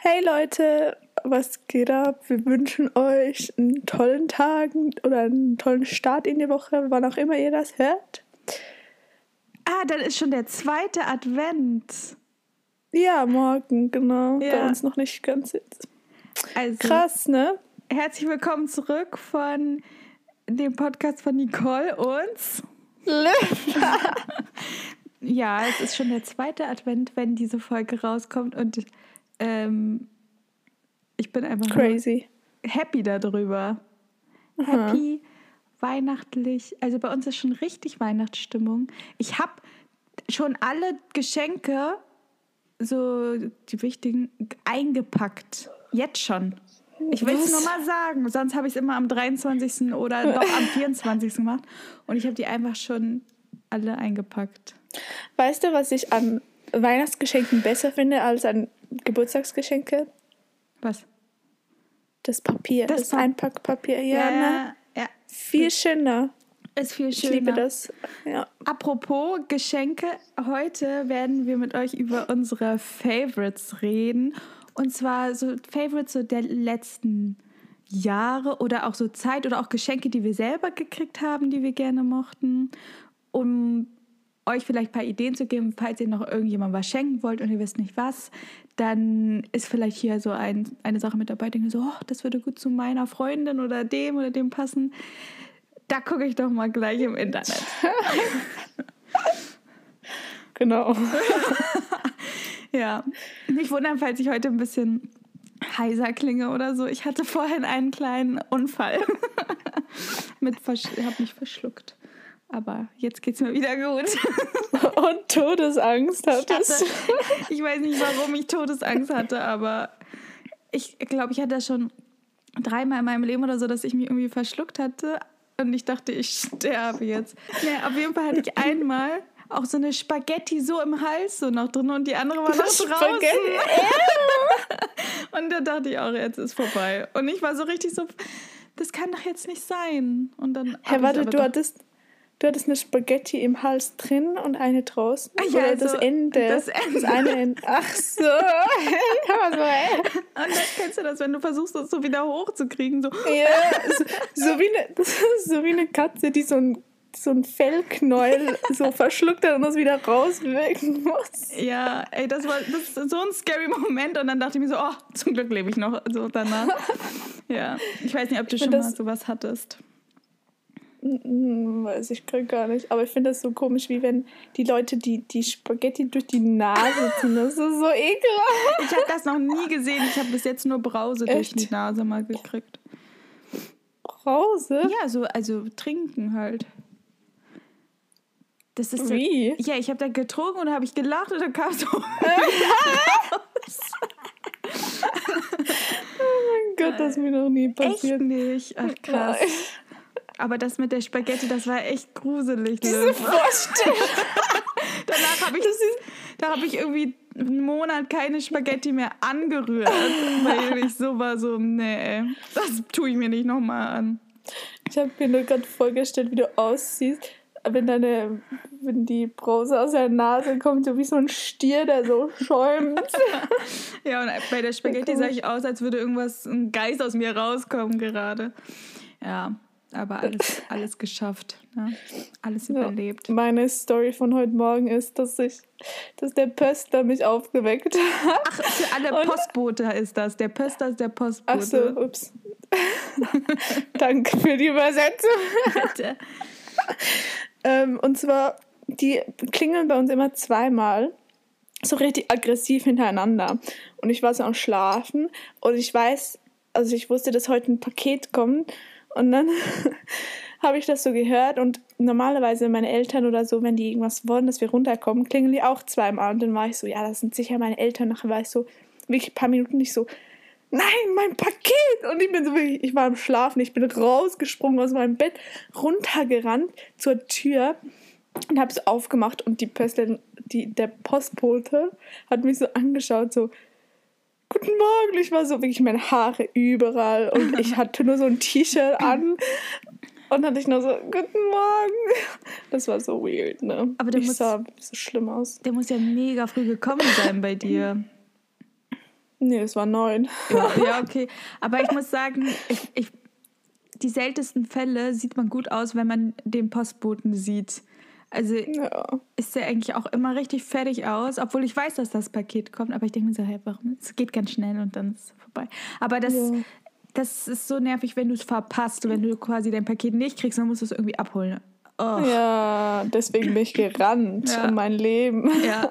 Hey Leute, was geht ab? Wir wünschen euch einen tollen Tag oder einen tollen Start in die Woche, wann auch immer ihr das hört. Dann ist schon der zweite Advent. Ja, morgen, genau. Ja. Bei uns noch nicht ganz jetzt. Also, Krass, ne? herzlich willkommen zurück von dem Podcast von Nicole und... Ja, es ist schon der zweite Advent, wenn diese Folge rauskommt und ich bin einfach Crazy. happy darüber. Aha. Happy, weihnachtlich. Also bei uns ist schon richtig Weihnachtsstimmung. Ich habe schon alle Geschenke, so die wichtigen, eingepackt. Jetzt schon. Ich will es nur mal sagen. Sonst habe ich es immer am 23. oder doch am 24. gemacht. Und ich habe die einfach schon alle eingepackt. Weißt du, was ich an Weihnachtsgeschenken besser finde als an Geburtstagsgeschenke? Was? Das Papier, das Einpackpapier. Ja. Viel schöner. Ist viel Ich schöner. liebe das. Ja. Apropos Geschenke, heute werden wir mit euch über unsere Favorites reden. Und zwar so Favorites so der letzten Jahre oder auch so Zeit oder auch Geschenke, die wir selber gekriegt haben, die wir gerne mochten, um euch vielleicht ein paar Ideen zu geben, falls ihr noch irgendjemandem was schenken wollt und ihr wisst nicht was, dann ist vielleicht hier so eine Sache mit dabei, denke so, oh, das würde gut zu meiner Freundin oder dem passen. Da gucke ich doch mal gleich im Internet. Genau. Ja, nicht wundern, falls ich heute ein bisschen heiser klinge oder so. Ich hatte vorhin einen kleinen Unfall. Ich habe mich verschluckt. Aber jetzt geht's mir wieder gut. Und Todesangst hattest. Ich weiß nicht, warum ich Todesangst hatte, aber ich glaube, ich hatte das schon 3-mal in meinem Leben oder so, dass ich mich irgendwie verschluckt hatte. Und ich dachte, ich sterbe jetzt. Ja, auf jeden Fall hatte ich einmal auch so eine Spaghetti so im Hals so noch drin und die andere war noch draußen. Und da dachte ich auch, jetzt ist vorbei. Und ich war so richtig so, das kann doch jetzt nicht sein. Und dann warte, du hattest eine Spaghetti im Hals drin und eine draußen? Ja, oder also das Ende? Das eine Ende. Ach so. Und dann kennst du das, wenn du versuchst, das so wieder hochzukriegen. So. Ja, so wie eine Katze, die so ein Fellknäuel so verschluckt hat und das wieder rauswirken muss. Ja, ey, das ist so ein scary Moment. Und dann dachte ich mir so, oh, zum Glück lebe ich noch so danach. Ja, ich weiß nicht, ob du schon mal sowas hattest. Weiß ich gar nicht. Aber ich finde das so komisch, wie wenn die Leute die Spaghetti durch die Nase ziehen. Das ist so ekelhaft. Ich habe das noch nie gesehen. Ich habe bis jetzt nur Brause durch die Nase mal gekriegt. Brause? Ja, also trinken halt. Das ist wie? Ja, ich habe da getrunken und habe ich gelacht und dann kam so Oh mein Gott, das ist mir noch nie passiert. Echt nicht? Ach, krass. Nein. Aber das mit der Spaghetti, das war echt gruselig. Diese Vorstellung. Danach habe ich irgendwie einen Monat keine Spaghetti mehr angerührt, weil ich so war, nee, das tue ich mir nicht nochmal an. Ich habe mir nur gerade vorgestellt, wie du aussiehst, wenn die Brause aus der Nase kommt, so wie so ein Stier, der so schäumt. Ja, und bei der Spaghetti sah ich aus, als würde ein Geist aus mir rauskommen gerade. Ja. Aber alles geschafft, ne? Alles überlebt. Meine Story von heute Morgen ist, dass der Pöster mich aufgeweckt hat. Ach, für alle Postbote ist das. Der Pöster ist der Postbote. Ach so, ups. Danke für die Übersetzung. Bitte. Und zwar, die klingeln bei uns immer 2-mal. So richtig aggressiv hintereinander. Und ich war so am Schlafen und ich wusste, dass heute ein Paket kommt. Und dann habe ich das so gehört und normalerweise meine Eltern oder so, wenn die irgendwas wollen, dass wir runterkommen, klingeln die auch 2-mal. Und dann war ich so, ja, das sind sicher meine Eltern. Nachher war ich so, wirklich ein paar Minuten nicht so, nein, mein Paket! Und ich war am Schlafen, ich bin rausgesprungen aus meinem Bett, runtergerannt zur Tür und habe es aufgemacht und der Postbote hat mich so angeschaut, so, guten Morgen, ich war so wirklich meine Haare überall und ich hatte nur so ein T-Shirt an und dann hatte ich nur so, guten Morgen. Das war so weird, ne? Aber sah so schlimm aus. Der muss ja mega früh gekommen sein bei dir. Nee, es war 9. Ja, okay. Aber ich muss sagen, die seltensten Fälle sieht man gut aus, wenn man den Postboten sieht. Also Ja. ist der eigentlich auch immer richtig fertig aus, obwohl ich weiß, dass das Paket kommt. Aber ich denke mir so, hey, warum? Es geht ganz schnell und dann ist es vorbei. Aber das ist so nervig, wenn du es verpasst. Wenn du quasi dein Paket nicht kriegst, dann musst du es irgendwie abholen. Oh. Ja, deswegen bin ich gerannt um mein Leben. Ja.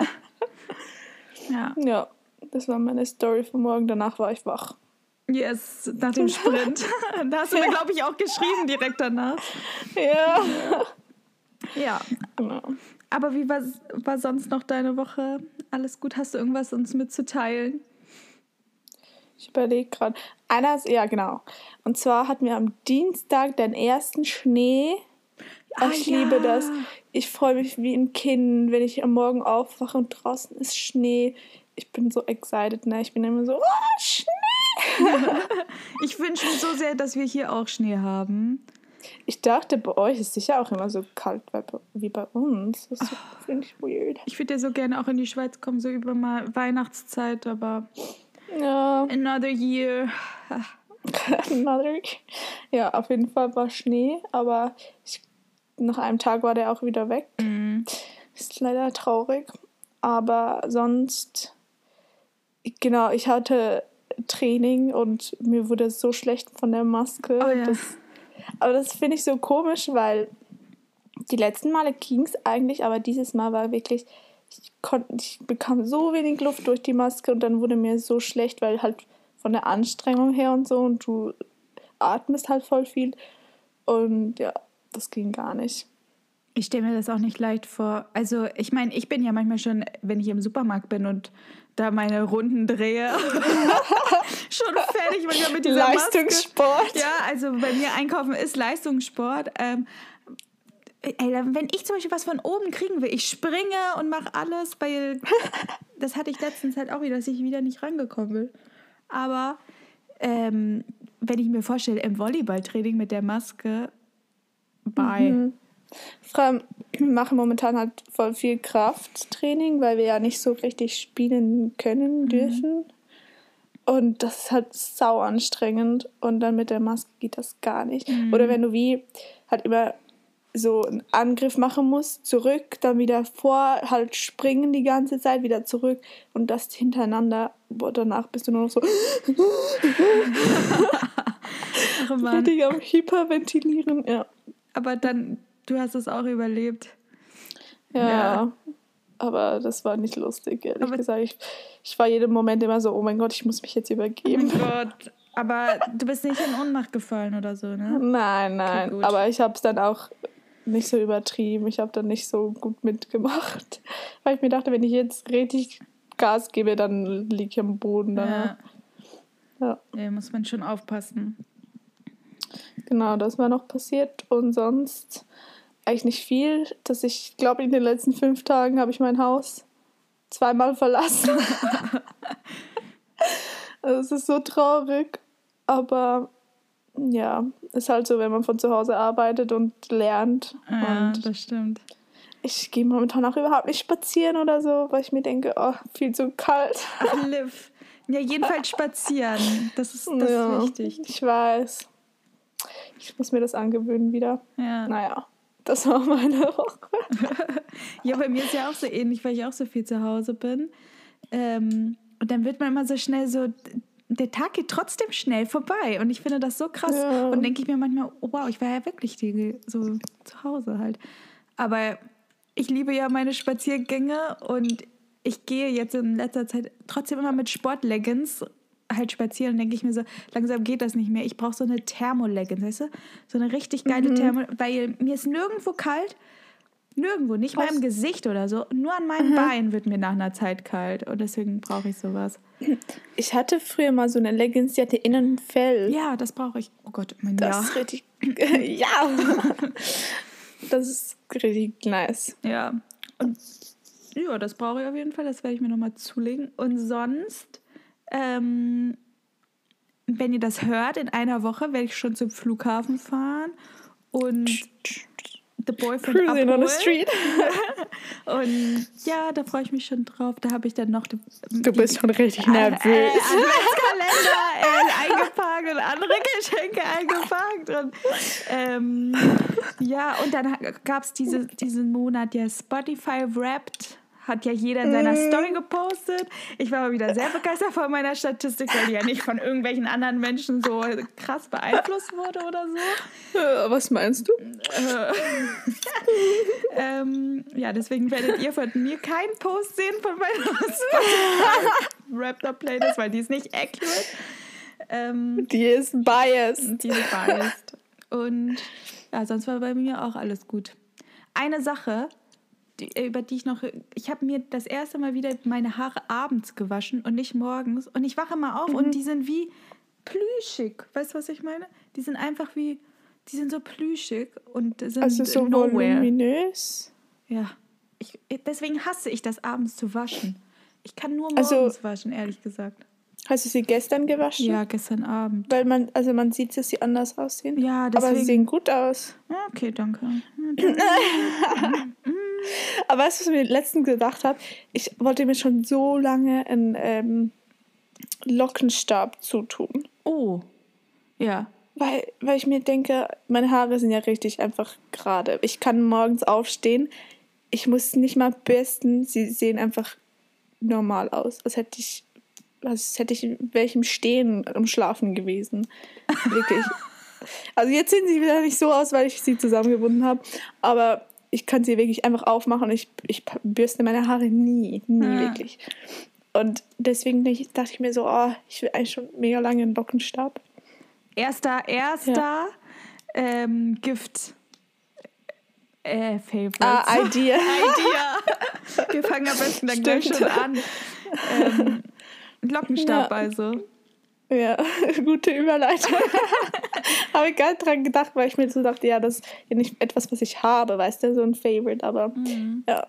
Ja, das war meine Story von morgen. Danach war ich wach. Yes, nach dem Sprint. Da hast du mir, glaube ich, auch geschrieben direkt danach. Ja. Genau. Aber wie war sonst noch deine Woche? Alles gut? Hast du irgendwas uns mitzuteilen? Ich überlege gerade. Ja, genau. Und zwar hatten wir am Dienstag den ersten Schnee. Ich liebe das. Ich freue mich wie ein Kind, wenn ich am Morgen aufwache und draußen ist Schnee. Ich bin so excited, ne? Ich bin immer so, oh, Schnee! Ich wünsche mir so sehr, dass wir hier auch Schnee haben. Ich dachte, bei euch ist sicher auch immer so kalt wie bei uns. Das finde ich weird. Ich würde ja so gerne auch in die Schweiz kommen, so über mal Weihnachtszeit, aber another year. Ja, auf jeden Fall war Schnee, aber nach einem Tag war der auch wieder weg. Ist leider traurig. Aber sonst, genau, ich hatte Training und mir wurde so schlecht von der Maske. Oh, ja. Aber das finde ich so komisch, weil die letzten Male ging es eigentlich, aber dieses Mal war wirklich, ich bekam so wenig Luft durch die Maske und dann wurde mir so schlecht, weil halt von der Anstrengung her und so und du atmest halt voll viel und ja, das ging gar nicht. Ich stelle mir das auch nicht leicht vor. Also ich meine, ich bin ja manchmal schon, wenn ich im Supermarkt bin und da meine Runden drehe, schon fertig manchmal mit dieser Leistungssport. Maske. Ja, also bei mir einkaufen ist Leistungssport. Wenn ich zum Beispiel was von oben kriegen will, ich springe und mache alles, weil das hatte ich letztens halt auch wieder, dass ich wieder nicht rangekommen bin. Aber wenn ich mir vorstelle, im Volleyballtraining mit der Maske, bye. Vor allem, wir machen momentan halt voll viel Krafttraining, weil wir ja nicht so richtig spielen können, dürfen. Und das ist halt sau anstrengend. Und dann mit der Maske geht das gar nicht. Oder wenn du halt immer so einen Angriff machen musst, zurück, dann wieder vor, halt springen die ganze Zeit, wieder zurück. Und das hintereinander. Boah, danach bist du nur noch so richtig am Hyperventilieren, ja. Aber dann, du hast es auch überlebt. Ja. Aber das war nicht lustig, ehrlich gesagt. Ich war jeden Moment immer so, oh mein Gott, ich muss mich jetzt übergeben. Oh mein Gott. Aber du bist nicht in Ohnmacht gefallen oder so, ne? Nein. Okay, aber ich habe es dann auch nicht so übertrieben. Ich habe dann nicht so gut mitgemacht. Weil ich mir dachte, wenn ich jetzt richtig Gas gebe, dann liege ich am Boden. Ja, muss man schon aufpassen. Genau, das war noch passiert. Und sonst eigentlich nicht viel. Ich glaube, in den letzten 5 Tagen habe ich mein Haus 2-mal verlassen. Also es ist so traurig. Aber ja, ist halt so, wenn man von zu Hause arbeitet und lernt. Ja, und das stimmt. Ich gehe momentan auch überhaupt nicht spazieren oder so, weil ich mir denke, oh, viel zu kalt. Ach, Liv. Ja, jedenfalls spazieren. Das ist wichtig. Ich weiß. Ich muss mir das angewöhnen wieder. Ja. Naja, das war meine Woche. Ja, bei mir ist ja auch so ähnlich, weil ich auch so viel zu Hause bin. Und dann wird man immer so schnell so, der Tag geht trotzdem schnell vorbei. Und ich finde das so krass. Ja. Und denke ich mir manchmal, oh, wow, ich war ja wirklich so zu Hause halt. Aber ich liebe ja meine Spaziergänge und ich gehe jetzt in letzter Zeit trotzdem immer mit Sportleggings halt spazieren, denke ich mir so, langsam geht das nicht mehr. Ich brauche so eine Thermoleggings, weißt du? So eine richtig geile weil mir ist nirgendwo kalt, nirgendwo, nicht mal im Gesicht oder so. Nur an meinen Beinen wird mir nach einer Zeit kalt und deswegen brauche ich sowas. Ich hatte früher mal so eine Leggings, die hatte innen ein Fell. Ja, das brauche ich. Oh Gott, mein Das ist richtig, ja. Das ist richtig nice. Ja, und ja, das brauche ich auf jeden Fall, das werde ich mir nochmal zulegen. Und sonst, wenn ihr das hört, in einer Woche werde ich schon zum Flughafen fahren und The Boyfriend Cruising on abholen. the street. Und ja, da freue ich mich schon drauf. Da habe ich dann noch Du bist schon richtig nervös. Adventskalender eingepackt und andere Geschenke eingepackt. Und ja, und dann gab es diesen Monat ja Spotify Wrapped. Hat ja jeder in seiner Story gepostet. Ich war mal wieder sehr begeistert von meiner Statistik, weil die ja nicht von irgendwelchen anderen Menschen so krass beeinflusst wurde oder so. Was meinst du? Ja, deswegen werdet ihr von mir keinen Post sehen von meiner Spotify Wrapped Playlist, weil die ist nicht accurate. Die ist biased. Und ja, sonst war bei mir auch alles gut. Eine Sache, ich habe mir das erste Mal wieder meine Haare abends gewaschen und nicht morgens. Und ich wache mal auf und die sind wie plüschig. Weißt du, was ich meine? Die sind so plüschig und sind also so nowhere. voluminös. Ja. Deswegen hasse ich das abends zu waschen. Ich kann nur morgens waschen, ehrlich gesagt. Hast du sie gestern gewaschen? Ja, gestern Abend. Weil man sieht, dass sie anders aussehen. Ja, deswegen. Aber sie sehen gut aus. Okay, danke. Aber weißt du, was ich mir letztens gedacht habe? Ich wollte mir schon so lange einen Lockenstab zutun. Oh, ja. Weil ich mir denke, meine Haare sind ja richtig einfach gerade. Ich kann morgens aufstehen. Ich muss nicht mal bürsten. Sie sehen einfach normal aus. Als hätte ich in welchem Stehen im Schlafen gewesen. Wirklich. Also jetzt sehen sie wieder nicht so aus, weil ich sie zusammengebunden habe. Aber ich kann sie wirklich einfach aufmachen und ich bürste meine Haare nie wirklich. Und deswegen dachte ich mir so, ich will eigentlich schon mega lange einen Lockenstab. Erster Gift Favorites. Idea. Wir fangen am besten dann gleich schon an. Lockenstab also. Ja, gute Überleitung. Habe ich gar nicht dran gedacht, weil ich mir so dachte, ja, das ist ja nicht etwas, was ich habe, weißt du, so ein Favorite, aber ja.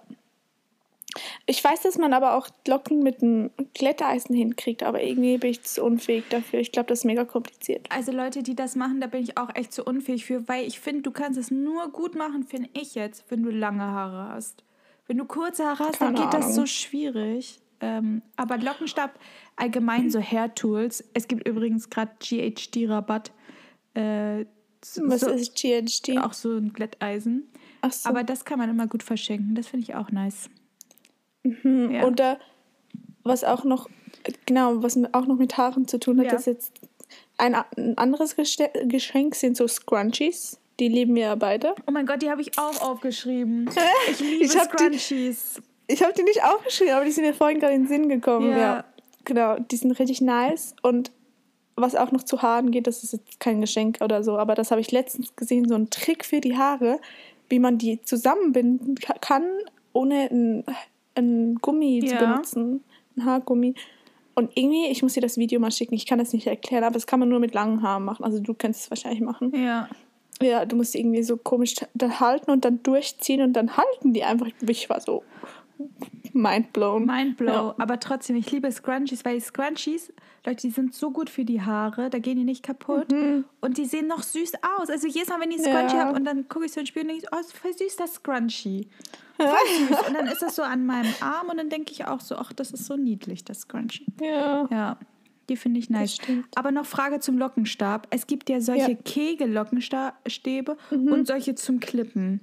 Ich weiß, dass man aber auch Locken mit einem Glätteisen hinkriegt, aber irgendwie bin ich zu unfähig dafür. Ich glaube, das ist mega kompliziert. Also Leute, die das machen, da bin ich auch echt zu unfähig für, weil ich finde, du kannst es nur gut machen, finde ich jetzt, wenn du lange Haare hast. Wenn du kurze Haare hast, dann geht das so schwierig. Aber Lockenstab, allgemein so Hair-Tools. Es gibt übrigens gerade GHD-Rabatt. Was ist GHD? Auch so ein Glätteisen. Ach so. Aber das kann man immer gut verschenken. Das finde ich auch nice. Ja. Oder was auch noch mit Haaren zu tun hat, ist jetzt ein anderes Geschenk, sind so Scrunchies. Die lieben wir ja beide. Oh mein Gott, die habe ich auch aufgeschrieben. Ich liebe Scrunchies. Ich habe die nicht aufgeschrieben, aber die sind mir vorhin gerade in den Sinn gekommen. Ja, genau. Die sind richtig nice. Und was auch noch zu Haaren geht, das ist jetzt kein Geschenk oder so, aber das habe ich letztens gesehen, so ein Trick für die Haare, wie man die zusammenbinden kann, ohne ein Gummi zu benutzen. Ein Haargummi. Und irgendwie, ich muss dir das Video mal schicken, ich kann das nicht erklären, aber das kann man nur mit langen Haaren machen. Also du kannst es wahrscheinlich machen. Ja. Ja, du musst die irgendwie so komisch halten und dann durchziehen und dann halten die einfach. Ich war so mindblown. Ja. Aber trotzdem, ich liebe Scrunchies, weil die Scrunchies, Leute, die sind so gut für die Haare, da gehen die nicht kaputt. Und die sehen noch süß aus. Also jedes Mal, wenn ich Scrunchie habe und dann gucke ich so ins Spiel und denke, oh, ist voll süß, das Scrunchie. Voll süß. Und dann ist das so an meinem Arm und dann denke ich auch so, ach, das ist so niedlich, das Scrunchie. Ja, die finde ich nice. Aber noch Frage zum Lockenstab. Es gibt ja solche Kegel-Lockenstäbe und solche zum Klippen.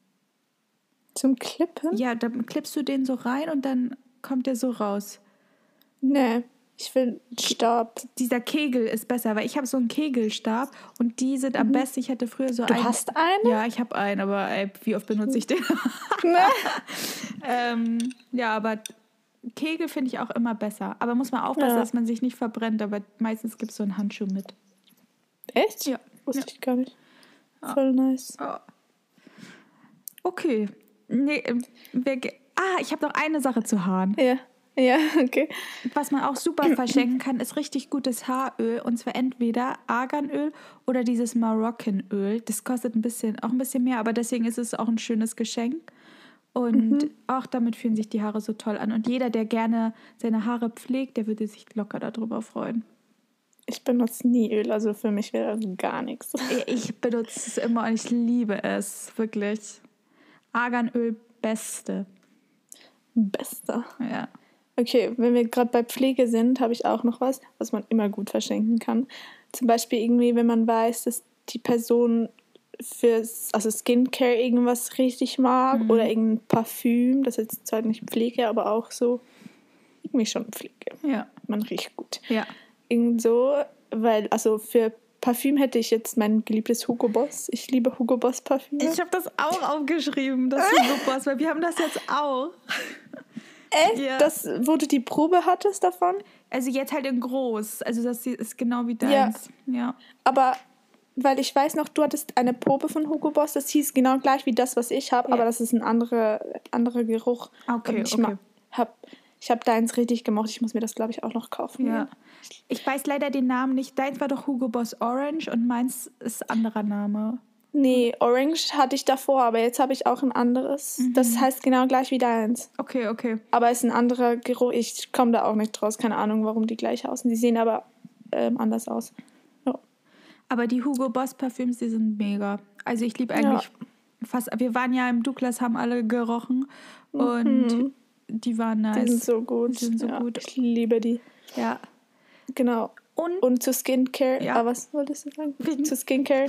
Zum Klippen? Ja, dann klippst du den so rein und dann kommt der so raus. Nee, ich will einen Stab. Dieser Kegel ist besser, weil ich habe so einen Kegelstab und die sind am besten. Ich hatte früher so einen. Du hast einen? Ja, ich habe einen, aber wie oft benutze ich den? Ja, aber Kegel finde ich auch immer besser. Aber muss man aufpassen, dass man sich nicht verbrennt, aber meistens gibt es so einen Handschuh mit. Echt? Ja. Wusste ich gar nicht. Voll nice. Okay. Nee, ich habe noch eine Sache zu Haaren. Ja, okay. Was man auch super verschenken kann, ist richtig gutes Haaröl. Und zwar entweder Arganöl oder dieses Moroccanöl. Das kostet auch ein bisschen mehr, aber deswegen ist es auch ein schönes Geschenk. Und auch damit fühlen sich die Haare so toll an. Und jeder, der gerne seine Haare pflegt, der würde sich locker darüber freuen. Ich benutze nie Öl, also für mich wäre das gar nichts. Ich benutze es immer und ich liebe es, wirklich. Arganöl Beste. Bester. Ja. Okay, wenn wir gerade bei Pflege sind, habe ich auch noch was man immer gut verschenken kann. Zum Beispiel irgendwie, wenn man weiß, dass die Person also Skincare irgendwas richtig mag oder irgendein Parfüm, das ist jetzt zwar nicht Pflege, aber auch so irgendwie schon Pflege. Ja. Man riecht gut. Ja. Irgend so, weil, also für Parfüm hätte ich jetzt mein geliebtes Hugo Boss. Ich liebe Hugo Boss Parfüme. Ich habe das auch aufgeschrieben, das Hugo Boss, weil wir haben das jetzt auch. Echt? Ja. Das, wo du die Probe hattest davon? Also jetzt halt in groß. Also das ist genau wie deins. Ja. Aber, weil ich weiß noch, du hattest eine Probe von Hugo Boss, das hieß genau gleich wie das, was ich habe, aber das ist ein anderer Geruch. Okay, Und okay. Ich habe deins richtig gemocht. Ich muss mir das, glaube ich, auch noch kaufen. Ja. Ich weiß leider den Namen nicht. Deins war doch Hugo Boss Orange und meins ist anderer Name. Nee, Orange hatte ich davor, aber jetzt habe ich auch ein anderes. Das heißt genau gleich wie deins. Okay, okay. Aber es ist ein anderer Geruch. Ich komme da auch nicht draus. Keine Ahnung, warum die gleich aussehen. Die sehen aber anders aus. Ja. Aber die Hugo Boss Parfüms, die sind mega. Also ich liebe eigentlich fast... Wir waren ja im Douglas, haben alle gerochen und die waren nice. Die sind so gut. Die sind so gut. Ich liebe die. Ja. Genau. Und zu Skincare, was wolltest du sagen? Zu Skincare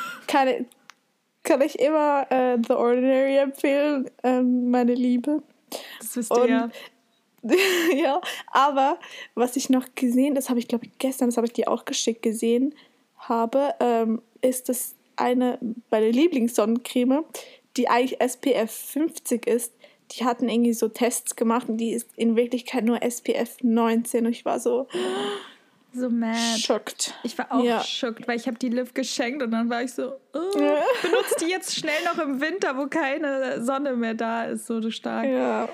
kann ich immer The Ordinary empfehlen, meine Liebe. Das wisst ihr ja. Ja, aber was ich noch gesehen, das habe ich glaube ich gestern, das habe ich dir auch geschickt gesehen habe, ist das meine Lieblingssonnencreme, die eigentlich SPF 50 ist. Die hatten irgendwie so Tests gemacht und die ist in Wirklichkeit nur SPF 19 und ich war so mad. Schockt. Ich war auch schockt, weil ich habe die Liv geschenkt und dann war ich so, benutzt die jetzt schnell noch im Winter, wo keine Sonne mehr da ist, so stark. Ja.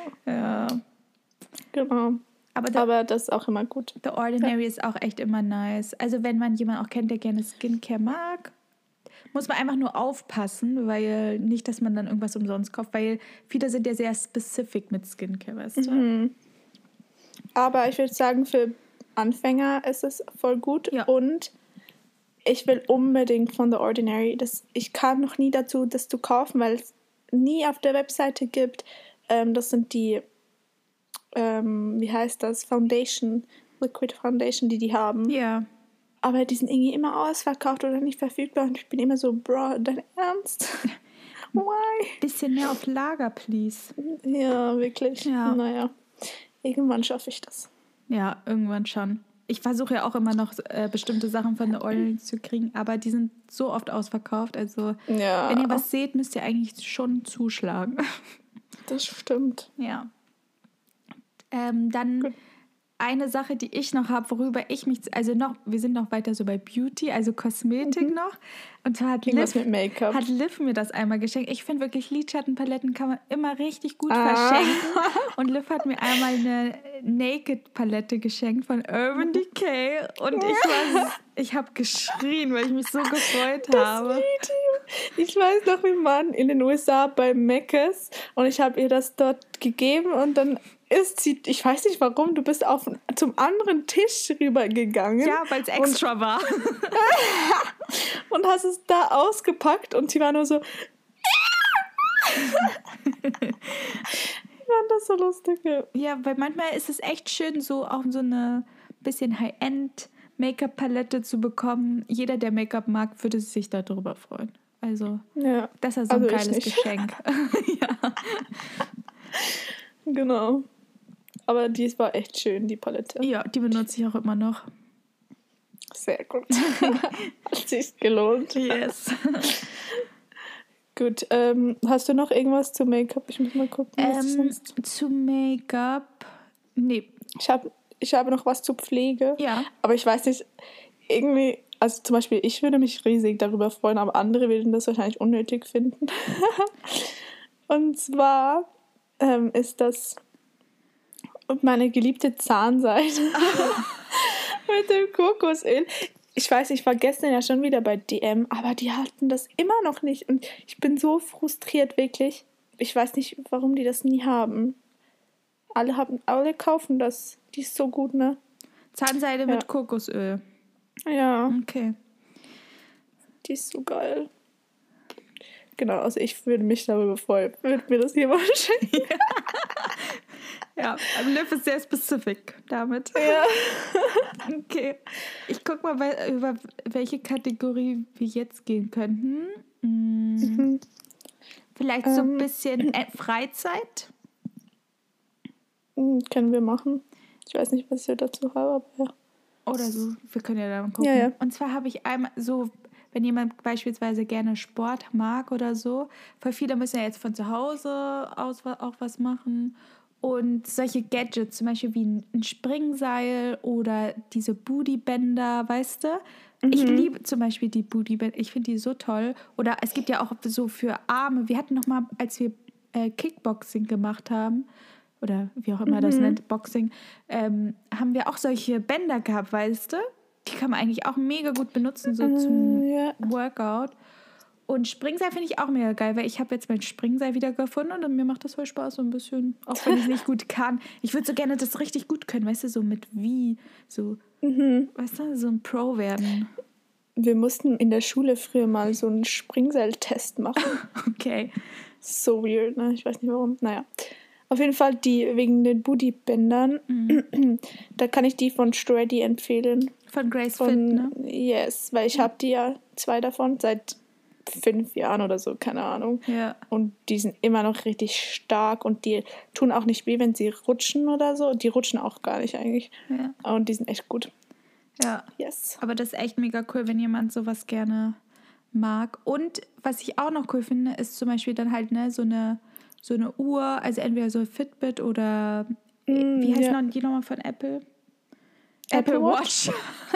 Genau. Aber das ist auch immer gut. The Ordinary ist auch echt immer nice. Also wenn man jemanden auch kennt, der gerne Skincare mag, muss man einfach nur aufpassen, weil nicht, dass man dann irgendwas umsonst kauft, weil viele sind ja sehr specific mit Skincare, weißt du? Aber ich würde sagen, für Anfänger ist es voll gut und ich will unbedingt von The Ordinary, ich kam noch nie dazu, das zu kaufen, weil es nie auf der Webseite gibt. Das sind die, wie heißt das, Liquid Foundation, die haben. Ja. Aber die sind irgendwie immer ausverkauft oder nicht verfügbar und ich bin immer so, bro, dein Ernst? Why? Bisschen mehr auf Lager, please. Ja, wirklich. Ja. Naja, irgendwann schaffe ich das. Ja, irgendwann schon. Ich versuche ja auch immer noch bestimmte Sachen von The Ordinary zu kriegen, aber die sind so oft ausverkauft. Also wenn ihr was seht, müsst ihr eigentlich schon zuschlagen. Das stimmt. Ja. Dann gut. Eine Sache, die ich noch habe, worüber ich mich, wir sind noch weiter so bei Beauty, also Kosmetik noch. Und zwar hat Liv mir das einmal geschenkt. Ich finde wirklich, Lidschattenpaletten kann man immer richtig gut verschenken. Und Liv hat mir einmal eine Naked-Palette geschenkt von Urban Decay. Und ich habe geschrien, weil ich mich so gefreut habe. Video. Ich weiß noch, wir waren in den USA bei Mc's und ich habe ihr das dort gegeben und dann ist sie, ich weiß nicht warum, du bist zum anderen Tisch rübergegangen. Ja, weil es extra war. Und hast es da ausgepackt und sie war nur so. Ich fand das so lustig. Ja, weil manchmal ist es echt schön, so auch so eine bisschen High-End Make-up-Palette zu bekommen. Jeder, der Make-up mag, würde sich darüber freuen. Also, das ist so ein geiles Geschenk. Ja. Genau. Aber die war echt schön, die Palette. Ja, die benutze ich auch immer noch. Sehr gut. Hat sich gelohnt. Yes. Gut, hast du noch irgendwas zu Make-up? Ich muss mal gucken. Zu Make-up? Nee. Ich habe noch was zu Pflege. Ja. Aber ich weiß nicht, irgendwie, also zum Beispiel, ich würde mich riesig darüber freuen, aber andere würden das wahrscheinlich unnötig finden. Und zwar ist das meine geliebte Zahnseide mit dem Kokosöl. Ich weiß, ich war gestern ja schon wieder bei DM, aber die hatten das immer noch nicht. Und ich bin so frustriert, wirklich. Ich weiß nicht, warum die das nie haben. Alle kaufen das. Die ist so gut, ne? Zahnseide mit Kokosöl. Ja. Okay. Die ist so geil. Genau, also ich würde mich darüber freuen, würde mir das jemand schenken. Ja, Liv ist sehr specific damit. Ja. Okay. Ich guck mal, über welche Kategorie wir jetzt gehen könnten. Vielleicht so ein bisschen Freizeit. Können wir machen. Ich weiß nicht, was ich dazu habe, aber ja. Oder so. Wir können ja dann gucken. Ja. Und zwar habe ich einmal so, wenn jemand beispielsweise gerne Sport mag oder so, weil viele müssen ja jetzt von zu Hause aus auch was machen. Und solche Gadgets, zum Beispiel wie ein Springseil oder diese Bootybänder, weißt du? Ich liebe zum Beispiel die Bootybänder. Ich finde die so toll. Oder es gibt ja auch so für Arme. Wir hatten noch mal, als wir Kickboxing gemacht haben, oder wie auch immer das nennt, Boxing, haben wir auch solche Bänder gehabt, weißt du? Die kann man eigentlich auch mega gut benutzen, so zum Workout. Und Springseil finde ich auch mega geil, weil ich habe jetzt mein Springseil wieder gefunden und mir macht das voll Spaß, so ein bisschen, auch wenn ich es nicht gut kann. Ich würde so gerne das richtig gut können, weißt du, so mit so, weißt du, so ein Pro werden. Wir mussten in der Schule früher mal so einen Springseiltest machen. Okay. So weird, ne? Ich weiß nicht warum. Naja. Auf jeden Fall die wegen den Bootybändern. Da kann ich die von Straddy empfehlen. Von Grace Fit, ne? Yes, weil ich habe die ja 2 davon seit 5 Jahren oder so, keine Ahnung. Ja. Und die sind immer noch richtig stark und die tun auch nicht weh, wenn sie rutschen oder so. Die rutschen auch gar nicht eigentlich. Ja. Und die sind echt gut. Ja. Yes. Aber das ist echt mega cool, wenn jemand sowas gerne mag. Und was ich auch noch cool finde, ist zum Beispiel dann halt so eine Uhr, also entweder so Fitbit oder wie heißt die nochmal von Apple? Apple Watch.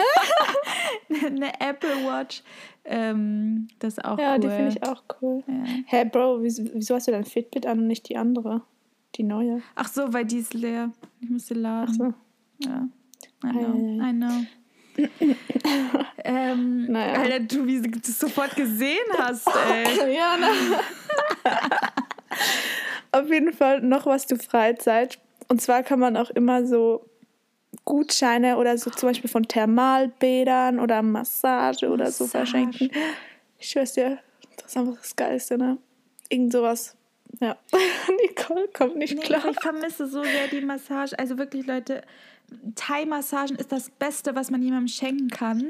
Eine Apple Watch. Das ist auch cool. Ja, die finde ich auch cool. Ja. Hey Bro, wieso hast du dein Fitbit an und nicht die andere? Die neue? Ach so, weil die ist leer. Ich muss sie laden. Ach so. Ja. I know. Naja. Alter, du, wie du das sofort gesehen hast, ey. Ja, Auf jeden Fall noch was zu Freizeit. Und zwar kann man auch immer so Gutscheine oder so zum Beispiel von Thermalbädern oder Massage oder so verschenken. Ich schwör's dir, das ist einfach das Geilste, ne? Irgend sowas. Ja. Nicole kommt nicht klar. Ich vermisse so sehr die Massage. Also wirklich, Leute, Thai-Massagen ist das Beste, was man jemandem schenken kann.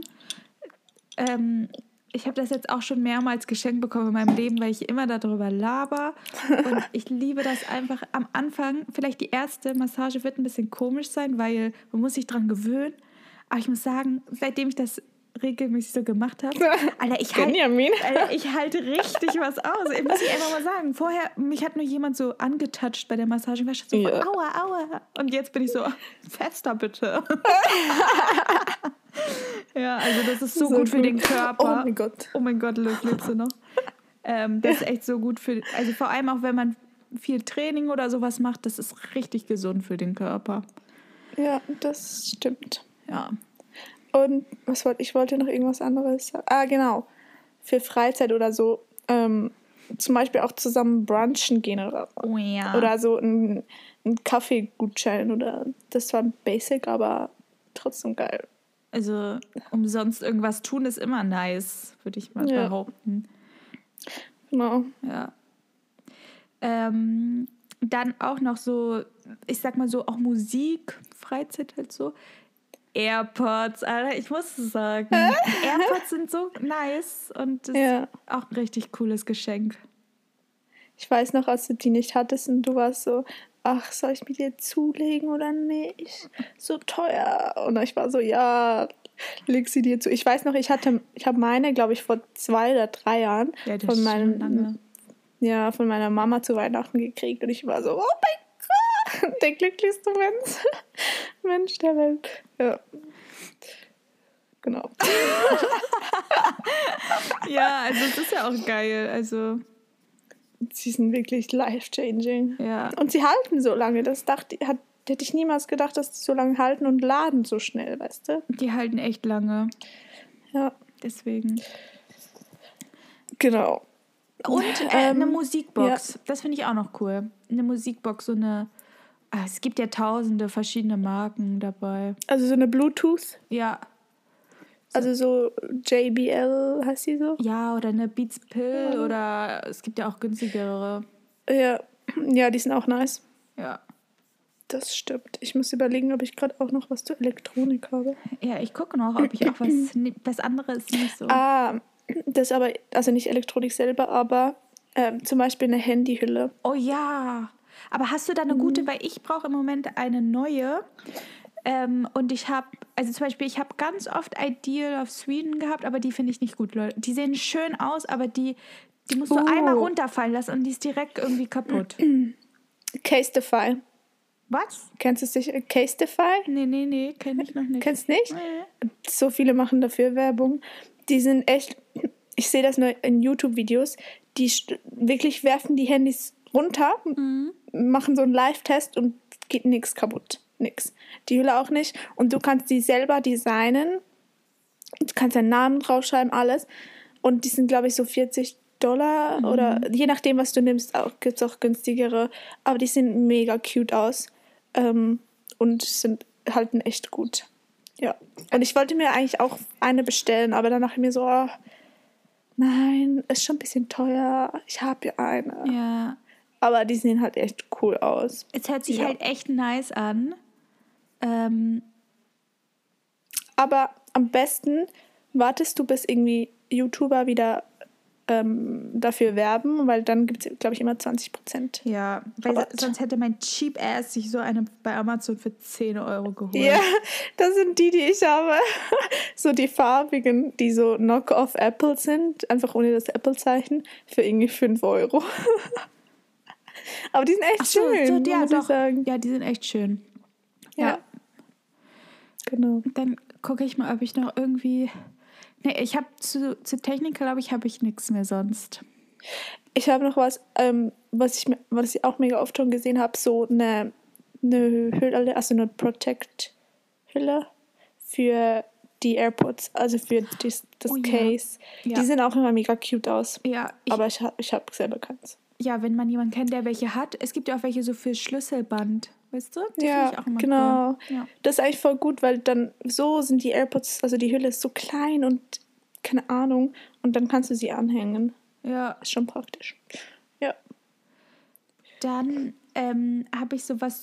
Ich habe das jetzt auch schon mehrmals geschenkt bekommen in meinem Leben, weil ich immer darüber laber. Und ich liebe das einfach am Anfang. Vielleicht die erste Massage wird ein bisschen komisch sein, weil man muss sich dran gewöhnen. Aber ich muss sagen, seitdem ich das regelmäßig so gemacht habe, Alter, ich halte richtig was aus. Ich muss einfach mal sagen, vorher, mich hat nur jemand so angetoucht bei der Massage. Ich war schon so, aua. Und jetzt bin ich so, fester bitte. Ja, also das ist so gut für den Körper. Oh mein Gott, lebst du noch? Das ist echt so gut also vor allem auch, wenn man viel Training oder sowas macht, das ist richtig gesund für den Körper. Ja, das stimmt. Ja. Und ich wollte noch irgendwas anderes sagen. Ah, genau. Für Freizeit oder so, zum Beispiel auch zusammen brunchen gehen oder so. Oh ja. Oder so ein Kaffeegutschein oder das war basic, aber trotzdem geil. Also umsonst irgendwas tun ist immer nice, würde ich mal behaupten. Genau. Ja. Dann auch noch so, ich sag mal so, auch Musik, Freizeit halt so. AirPods, Alter, ich muss es sagen. AirPods sind so nice und das ist auch ein richtig cooles Geschenk. Ich weiß noch, als du die nicht hattest und du warst so, ach, soll ich mir die zulegen oder nicht? So teuer. Und ich war so, ja, leg sie dir zu. Ich weiß noch, ich habe meine, glaube ich, vor 2 oder 3 Jahren von meiner Mama zu Weihnachten gekriegt. Und ich war so, oh mein Gott, der glücklichste Mensch der Welt. Ja. Genau. Ja, also es ist ja auch geil. Also sie sind wirklich life-changing. Ja. Und sie halten so lange. Hätte ich niemals gedacht, dass die so lange halten und laden so schnell, weißt du? Die halten echt lange. Ja. Deswegen. Genau. Und eine Musikbox. Ja. Das finde ich auch noch cool. Eine Musikbox, es gibt ja tausende verschiedene Marken dabei. Also so eine Bluetooth? Ja. Also so JBL heißt die so? Ja, oder eine Beats Pill oder es gibt ja auch günstigere. Ja. Ja, die sind auch nice. Ja. Das stimmt. Ich muss überlegen, ob ich gerade auch noch was zur Elektronik habe. Ja, ich gucke noch, ob ich auch was anderes nicht so. Das aber, also nicht Elektronik selber, aber zum Beispiel eine Handyhülle. Oh ja. Aber hast du da eine gute, weil ich brauche im Moment eine neue. Und ich habe, also zum Beispiel, ich habe ganz oft Ideal of Sweden gehabt, aber die finde ich nicht gut, Leute. Die sehen schön aus, aber die musst du einmal runterfallen lassen und die ist direkt irgendwie kaputt. Casetify. Was? Kennst du sicher? Casetify? Nee, kenne ich noch nicht. Kennst du nicht? Nee. So viele machen dafür Werbung. Die sind echt, ich sehe das nur in YouTube-Videos, die wirklich werfen die Handys runter, machen so einen Live-Test und geht nichts kaputt. Nix. Die Hülle auch nicht. Und du kannst die selber designen. Du kannst deinen Namen draufschreiben, alles. Und die sind, glaube ich, so $40 oder je nachdem, was du nimmst, gibt es auch günstigere. Aber die sehen mega cute aus. Und halten echt gut. Ja. Und ich wollte mir eigentlich auch eine bestellen, aber dann dachte ich mir so, oh, nein, ist schon ein bisschen teuer. Ich habe ja eine. Ja. Aber die sehen halt echt cool aus. Es hört sich halt echt nice an. Aber am besten wartest du, bis irgendwie YouTuber wieder dafür werben, weil dann gibt es, glaube ich, immer 20%. Ja, weil sonst hätte mein Cheap Ass sich so eine bei Amazon für 10 Euro geholt. Ja, das sind die ich habe. So die farbigen, die so Knock-off Apple sind, einfach ohne das Apple-Zeichen, für irgendwie 5 Euro. Aber die sind echt schön, muss ich sagen. Ja, die sind echt schön. Ja. Genau. Dann gucke ich mal, ob ich noch irgendwie... Nee, ich habe zu Technik, glaube ich, habe ich nichts mehr sonst. Ich habe noch was, was ich auch mega oft schon gesehen habe, so eine Hülle, also eine Protect-Hülle für die AirPods, also für das Case. Ja. Die sehen auch immer mega cute aus. Ja, aber ich hab selber keins. Ja, wenn man jemanden kennt, der welche hat. Es gibt ja auch welche so für Schlüsselband, weißt du? Die ja, ich auch immer genau. Cool. Ja. Das ist eigentlich voll gut, weil dann so sind die AirPods, also die Hülle ist so klein und keine Ahnung. Und dann kannst du sie anhängen. Ja. Ist schon praktisch. Ja. Dann habe ich sowas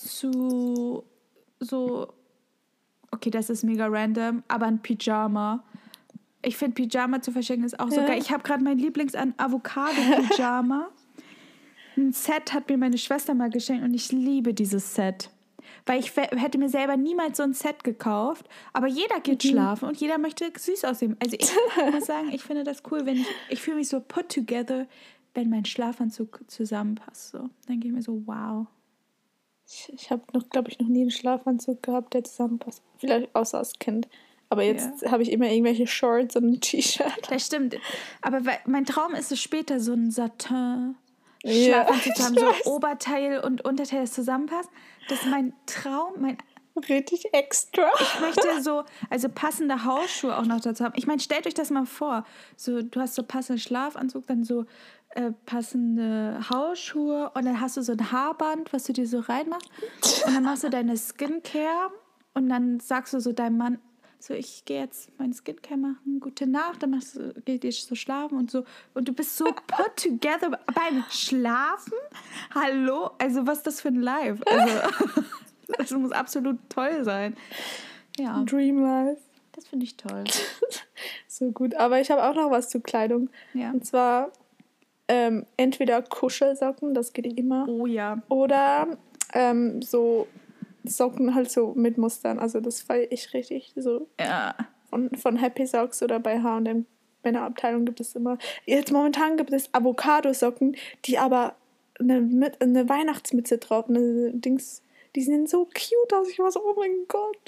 okay, das ist mega random, aber ein Pyjama. Ich finde, Pyjama zu verschenken ist auch so geil. Ich habe gerade mein Lieblings-Avocado-Pyjama. Ein Set hat mir meine Schwester mal geschenkt und ich liebe dieses Set. Weil ich hätte mir selber niemals so ein Set gekauft, aber jeder geht schlafen und jeder möchte süß aussehen. Also ich muss sagen, ich finde das cool, wenn ich fühle mich so put together, wenn mein Schlafanzug zusammenpasst. So. Dann denke ich mir so, wow. Ich habe glaube ich, noch nie einen Schlafanzug gehabt, der zusammenpasst. Vielleicht außer als Kind. Aber jetzt habe ich immer irgendwelche Shorts und ein T-Shirt. Das stimmt. Aber mein Traum ist es später, so ein Satin Schlafanzug zu haben, so Oberteil und Unterteil, das zusammenpasst. Das ist mein Traum, richtig extra. Ich möchte also passende Hausschuhe auch noch dazu haben. Ich meine, stellt euch das mal vor. So, du hast so passenden Schlafanzug, dann so passende Hausschuhe und dann hast du so ein Haarband, was du dir so reinmachst. Und dann machst du deine Skincare und dann sagst du so deinem Mann, so, ich gehe jetzt meine Skincare machen, gute Nacht, dann geht ihr so schlafen und so. Und du bist so put together beim Schlafen? Hallo? Also, was ist das für ein Life? Also, das muss absolut toll sein. Ja. Dream Life. Das finde ich toll. So gut. Aber ich habe auch noch was zu Kleidung. Ja. Und zwar entweder Kuschelsocken, das geht immer. Oh ja. Oder so Socken halt so mit Mustern. Also das feiere ich richtig. So von Happy Socks oder bei H&M Männerabteilung gibt es immer. Jetzt momentan gibt es Avocado-Socken, die aber eine Weihnachtsmütze drauf, die sehen so cute aus. Ich war so, oh mein Gott.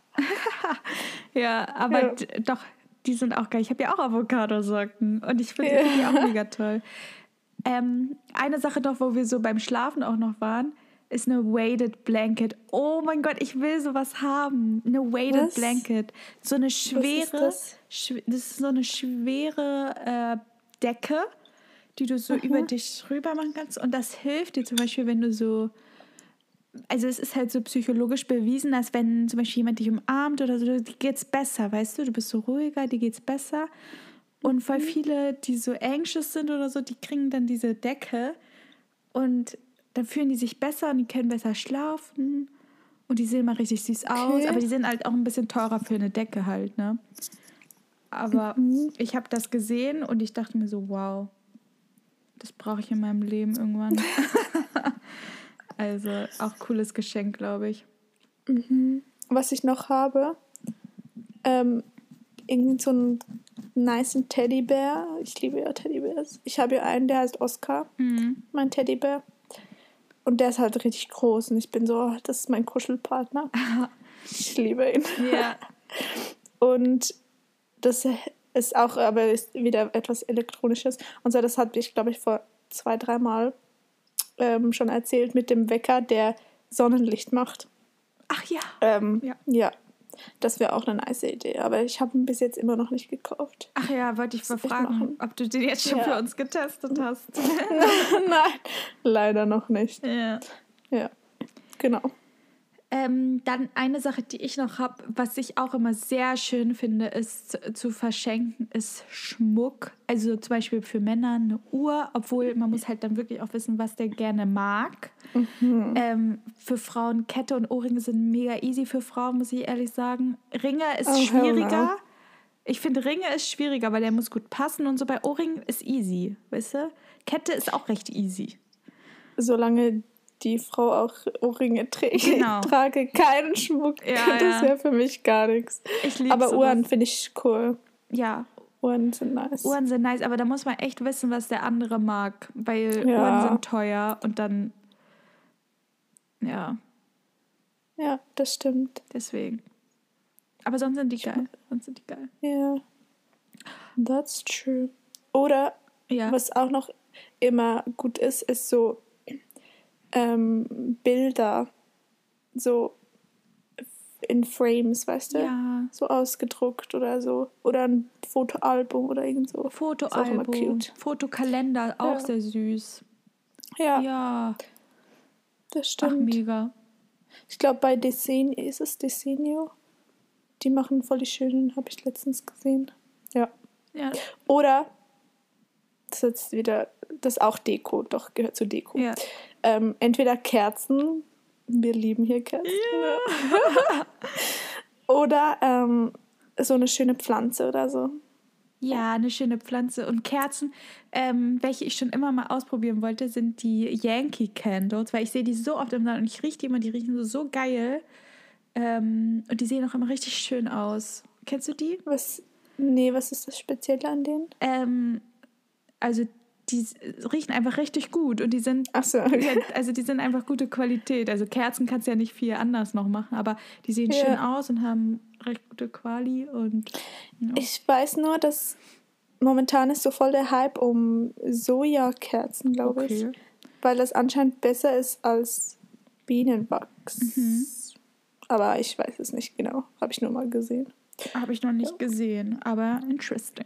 Ja, aber doch, die sind auch geil. Ich habe ja auch Avocado-Socken und ich finde die auch mega toll. Eine Sache noch, wo wir so beim Schlafen auch noch waren, ist eine Weighted Blanket. Oh mein Gott, ich will sowas haben. Eine Weighted Blanket. So eine schwere, das ist so eine schwere Decke, die du so über dich rüber machen kannst. Und das hilft dir zum Beispiel, wenn du so also es ist halt so psychologisch bewiesen, dass wenn zum Beispiel jemand dich umarmt oder so, dir geht's besser, weißt du? Du bist so ruhiger, dir geht's besser. Und voll viele, die so anxious sind oder so, die kriegen dann diese Decke und dann fühlen die sich besser und die können besser schlafen. Und die sehen mal richtig süß aus, aber die sind halt auch ein bisschen teurer für eine Decke halt, ne? Aber ich habe das gesehen und ich dachte mir so, wow, das brauche ich in meinem Leben irgendwann. Also auch cooles Geschenk, glaube ich. Was ich noch habe, irgend so einen nicen Teddybär. Ich liebe ja Teddybärs. Ich habe ja einen, der heißt Oscar, mein Teddybär. Und der ist halt richtig groß und ich bin so, oh, das ist mein Kuschelpartner. Ich liebe ihn. Ja. Und das ist auch, aber ist wieder etwas Elektronisches. Und so, das hatte ich, glaube ich, vor 2-3 Mal schon erzählt mit dem Wecker, der Sonnenlicht macht. Ach ja. Ja, das wäre auch eine nice Idee. Aber ich habe ihn bis jetzt immer noch nicht gekauft. Ach ja, wollte ich mal fragen, ob du den jetzt schon für uns getestet hast. Nein, leider noch nicht. Ja. Ja, genau. Dann eine Sache, die ich noch habe, was ich auch immer sehr schön finde, ist zu verschenken, ist Schmuck. Also zum Beispiel für Männer eine Uhr, obwohl man muss halt dann wirklich auch wissen, was der gerne mag. Für Frauen Kette und Ohrringe sind mega easy für Frauen, muss ich ehrlich sagen. Ringe ist schwieriger. Ich finde, Ringe ist schwieriger, weil der muss gut passen und so. Bei Ohrringen ist easy, weißt du? Kette ist auch recht easy. Solange die Frau auch Ohrringe trägt. Genau. Ich trage keinen Schmuck. Ja, das wäre für mich gar nichts. Ich liebe Aber sowas. Uhren finde ich cool. Ja. Uhren sind nice. Uhren sind nice, aber da muss man echt wissen, was der andere mag. Weil Uhren sind teuer und dann, ja. Ja, das stimmt. Deswegen. Aber sonst sind die geil. Ja. That's true. Oder, was auch noch immer gut ist, ist so Bilder, so in Frames, weißt du? Ja. So ausgedruckt oder so. Oder ein Fotoalbum oder irgend so. Fotoalbum, Fotokalender, auch sehr süß. Ja. Ja. Das stimmt. Ach, mega. Ich glaube, bei Desenio, ist es Desenio? Die machen voll die schönen, habe ich letztens gesehen. Ja. Oder, das ist jetzt wieder, das ist auch Deko, doch, gehört zu Deko. Ja. Entweder Kerzen, wir lieben hier Kerzen. Ja. Oder so eine schöne Pflanze oder so. Ja, eine schöne Pflanze. Und Kerzen, welche ich schon immer mal ausprobieren wollte, sind die Yankee Candles, weil ich sehe die so oft im Laden und ich rieche die immer, die riechen so geil. Und die sehen auch immer richtig schön aus. Kennst du die? Was ist das Spezielle an denen? Also die riechen einfach richtig gut und die sind, also die sind einfach gute Qualität. Also Kerzen kannst du ja nicht viel anders noch machen, aber die sehen schön aus und haben recht gute Quali und Ich weiß nur, dass momentan ist so voll der Hype um Sojakerzen, glaube ich. Weil das anscheinend besser ist als Bienenwachs. Aber ich weiß es nicht genau. Habe ich nur mal gesehen. Habe ich noch nicht gesehen, aber interesting.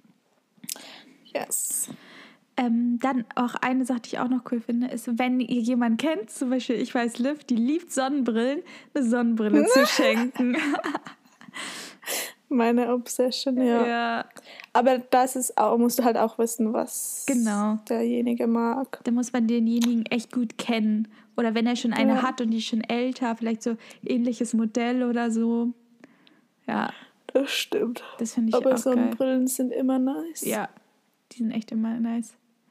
Yes. Dann auch eine Sache, die ich auch noch cool finde, ist, wenn ihr jemanden kennt, zum Beispiel, ich weiß, Liv, die liebt Sonnenbrillen, eine Sonnenbrille zu schenken. Meine Obsession, ja. Aber das ist auch, musst du halt auch wissen, was derjenige mag. Da muss man denjenigen echt gut kennen. Oder wenn er schon eine hat und die ist schon älter, vielleicht so ähnliches Modell oder so. Ja. Das stimmt. Das finde ich aber auch Sonnenbrillen geil. sind immer nice. Ja, die sind echt immer nice.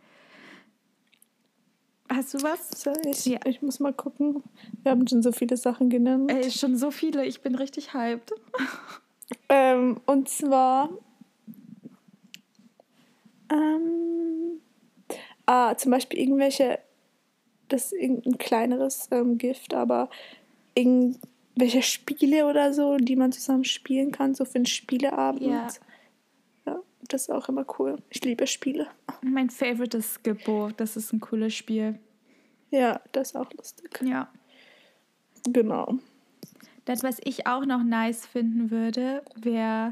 Hast du was? Ich muss mal gucken. Wir haben schon so viele Sachen genannt. Schon so viele. Ich bin richtig hyped. Und zwar zum Beispiel irgendwelche, das ist irgendein kleineres Gift, aber irgendwelche Spiele oder so, die man zusammen spielen kann, so für einen Spieleabend. Ja, das ist auch immer cool. Ich liebe Spiele. Mein Favorite ist Skippo. Das ist ein cooles Spiel. Ja, das ist auch lustig. Ja. Genau. Das, was ich auch noch nice finden würde, wäre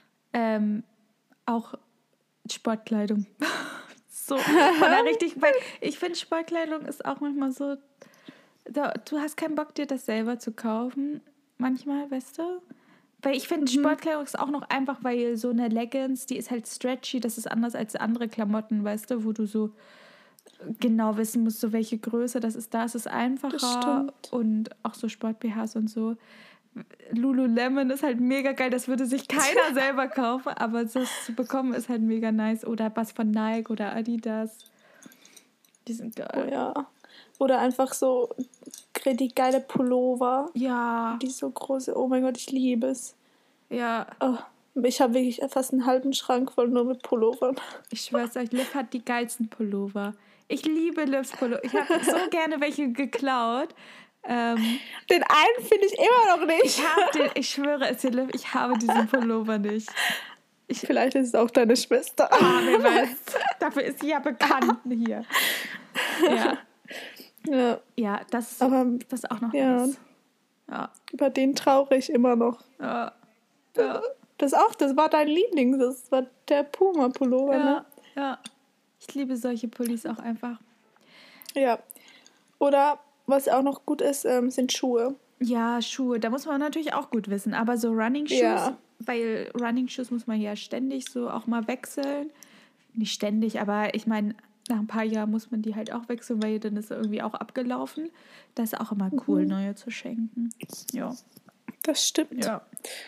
auch Sportkleidung. So, oder richtig, weil ich finde, Sportkleidung ist auch manchmal so Du hast keinen Bock, dir das selber zu kaufen, manchmal, weißt du? Weil ich finde, Sportkleidung ist auch noch einfach, weil so eine Leggings, die ist halt stretchy, das ist anders als andere Klamotten, weißt du, wo du so genau wissen musst, so welche Größe das ist. Da ist es Das einfacher stimmt. und auch so Sport-BHs und so. Lululemon ist halt mega geil, das würde sich keiner selber kaufen, aber das zu bekommen ist halt mega nice. Oder was von Nike oder Adidas. Die sind Oh geil. ja. Oder einfach so richtig geile Pullover. Ja, Die so große. Oh mein Gott, ich liebe es. ja. Oh, ich habe wirklich fast einen halben Schrank voll nur mit Pullovern. Ich schwör's euch, Liv hat die geilsten Pullover. Ich liebe Livs Pullover. Ich habe so gerne welche geklaut. Den einen finde ich immer noch nicht. Ich schwöre es dir, Liv, ich habe diesen Pullover nicht. Vielleicht ist es auch deine Schwester. Wer weiß. Dafür ist sie ja bekannt hier. Ja. Ja, Ja, das aber ist auch noch ja, nice. Ja. über den trauere ich immer noch. Ja. Ja. Das war dein Liebling. Das war der Puma-Pullover, ne? Ja. Ich liebe solche Pullis auch einfach. Ja. Oder was auch noch gut ist, sind Schuhe. Ja, Schuhe, da muss man natürlich auch gut wissen. Aber so Running Shoes, Ja. weil Running Shoes muss man ja ständig so auch mal wechseln. Nicht ständig, aber ich meine, nach ein paar Jahren muss man die halt auch wechseln, weil dann ist er irgendwie auch abgelaufen. Das ist auch immer cool, neue zu schenken. Ja. Das stimmt. Ja.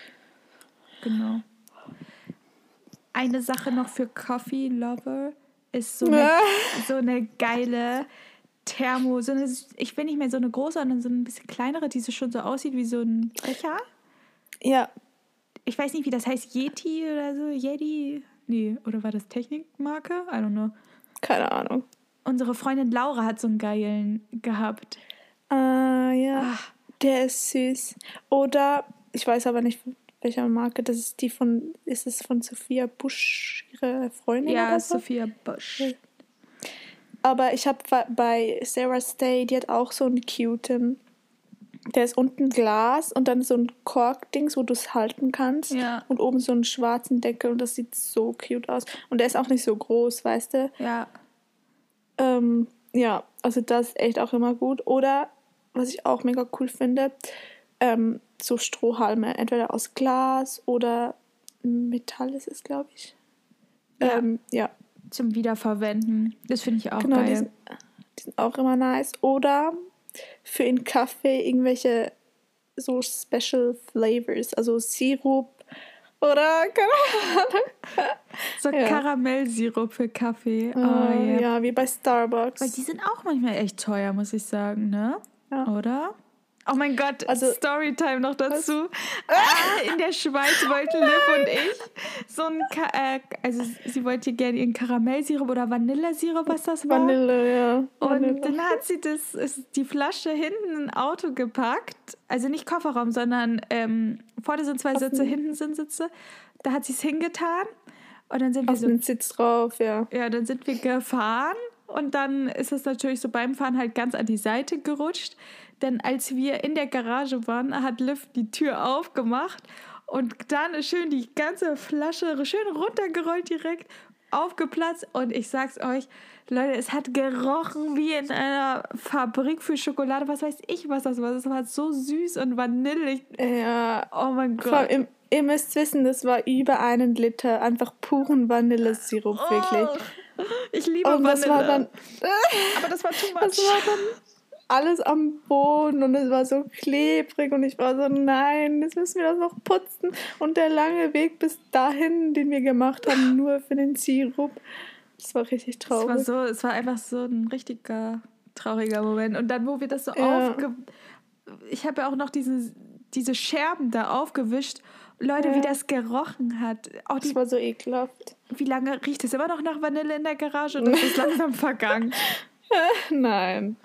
Genau. Eine Sache noch für Coffee Lover ist so eine geile ich will nicht mehr so eine große, sondern so ein bisschen kleinere, die so schon so aussieht wie so ein Becher. Ja. Ich weiß nicht, wie das heißt, Yeti oder so, Yeti? Nee, oder war das Technikmarke? I don't know. Keine Ahnung. Unsere Freundin Laura hat so einen geilen gehabt. Ja. Der ist süß. Oder, ich weiß aber nicht, welcher Marke, ist es von Sophia Busch, ihre Freundin Ja, oder so? Sophia Busch. Aber ich habe bei Sarah Stay, die hat auch so einen cuten. Der ist unten Glas und dann so ein Korkdings, wo du es halten kannst. Ja. Und oben so einen schwarzen Deckel und das sieht so cute aus. Und der ist auch nicht so groß, weißt du? Ja. Ja, also das ist echt auch immer gut. Oder, was ich auch mega cool finde, so Strohhalme, entweder aus Glas oder Metall ist es, glaube ich. Ja. Ja. Zum Wiederverwenden. Das finde ich auch Genau, geil. die sind auch immer nice. Oder für in Kaffee irgendwelche so Special Flavors, also Sirup oder keine Ahnung. So Ja. Karamellsirup für Kaffee. Ja, wie bei Starbucks. Weil die sind auch manchmal echt teuer, muss ich sagen, ne? Ja. Oder? Oh mein Gott, Also- Storytime noch dazu. In der Schweiz wollten Liv und ich so ein, also sie wollte gerne ihren Karamellsirup oder Vanillesirup, was das war. Vanille, ja. Und dann hat sie die Flasche hinten in ein Auto gepackt. Also nicht Kofferraum, sondern vorne sind 2 Sitze, hinten sind Sitze. Da hat sie es hingetan. Und dann sind wir Auf so. den Sitz drauf, ja. Ja, dann sind wir gefahren. Und dann ist es natürlich so beim Fahren halt ganz an die Seite gerutscht. Denn als wir in der Garage waren, hat Liv die Tür aufgemacht. Und dann schön die ganze Flasche schön runtergerollt direkt, aufgeplatzt. Und ich sag's euch, Leute, es hat gerochen wie in einer Fabrik für Schokolade. Was weiß ich, was das war. Das war so süß und vanillig. Ja. Oh mein Vor Gott. allem, ihr müsst wissen, das war über 1 Liter einfach puren Vanillesirup, wirklich. Ich liebe Und das Vanille. war dann, Aber das war too much. das war dann alles am Boden und es war so klebrig und ich war so, nein, jetzt müssen wir das noch putzen. Und der lange Weg bis dahin, den wir gemacht haben, nur für den Sirup, das war richtig traurig. Es war einfach so ein richtiger trauriger Moment. Und dann, wo wir das so Ja. ich habe ja auch noch diese Scherben da aufgewischt. Leute, Ja. wie das gerochen hat. Auch Das war so ekelhaft. wie lange riecht es immer noch nach Vanille in der Garage? Und das ist langsam vergangen. Nein,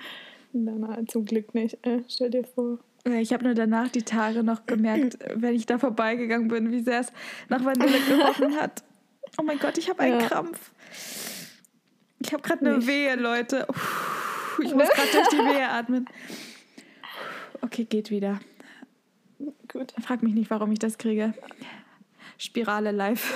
zum Glück nicht. Stell dir vor. Ich habe nur danach die Tage noch gemerkt, wenn ich da vorbeigegangen bin, wie sehr es nach Vanille gerochen hat. Oh mein Gott, ich habe einen Ja. Krampf. Ich habe gerade eine Nicht. Wehe, Leute. Ich muss gerade durch die Wehe atmen. Okay, geht wieder. Gut. Frag mich nicht, warum ich das kriege. Spirale live.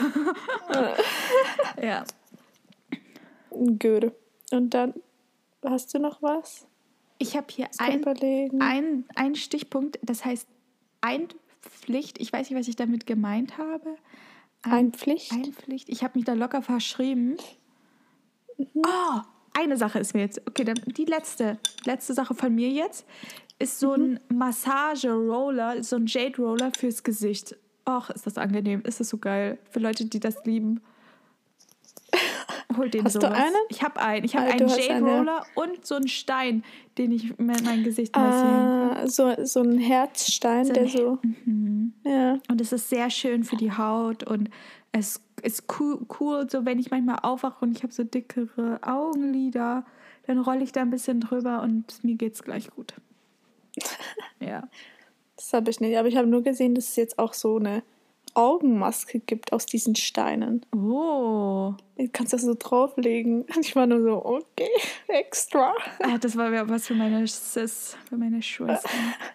Ja. Gut. Und dann, hast du noch was? Ich habe hier überlegen. ein Stichpunkt, das heißt Einpflicht. Ich weiß nicht, was ich damit gemeint habe. Einpflicht? Einpflicht. Ich habe mich da locker verschrieben. Oh, eine Sache ist mir jetzt. Okay, dann die letzte Sache von mir jetzt ist so ein Massage-Roller, so ein Jade-Roller fürs Gesicht. Och, ist das angenehm. Ist das so geil. Für Leute, die das lieben. Hol den Hast sowas. du einen? Ich habe einen. Ich habe Du einen hast Jade-Roller und so einen Stein, den ich mit mein Gesicht massieren kann. So ein Herzstein, der so... Ja. Und es ist sehr schön für die Haut und es ist cool, so wenn ich manchmal aufwache und ich habe so dickere Augenlider, dann rolle ich da ein bisschen drüber und mir geht's gleich gut. Ja. Das habe ich nicht, aber ich habe nur gesehen, dass es jetzt auch so eine Augenmaske gibt aus diesen Steinen. Oh. Du kannst das so drauflegen. Und ich war nur so, okay, extra. Das war ja was für meine Sis, für meine Schwester.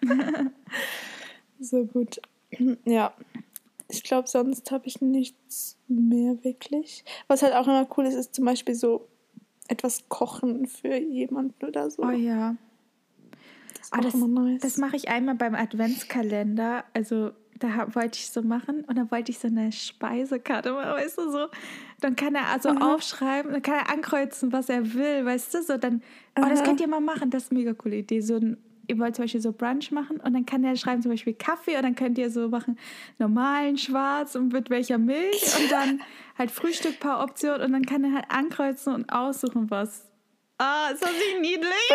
So gut. Ja. Ich glaube, sonst habe ich nichts mehr wirklich. Was halt auch immer cool ist, ist zum Beispiel so etwas kochen für jemanden oder so. Oh ja. Das ist auch immer nice. Das mache ich einmal beim Adventskalender. Also da wollte ich so machen und dann wollte ich so eine Speisekarte machen, weißt du, so. Dann kann er also aufschreiben, dann kann er ankreuzen, was er will, weißt du, so. Dann, das könnt ihr mal machen, das ist eine mega coole Idee. Ihr wollt zum Beispiel so Brunch machen und dann kann er schreiben zum Beispiel Kaffee und dann könnt ihr so machen normalen Schwarz und mit welcher Milch und dann halt Frühstück, paar Optionen und dann kann er halt ankreuzen und aussuchen, was. Ist das nicht niedlich?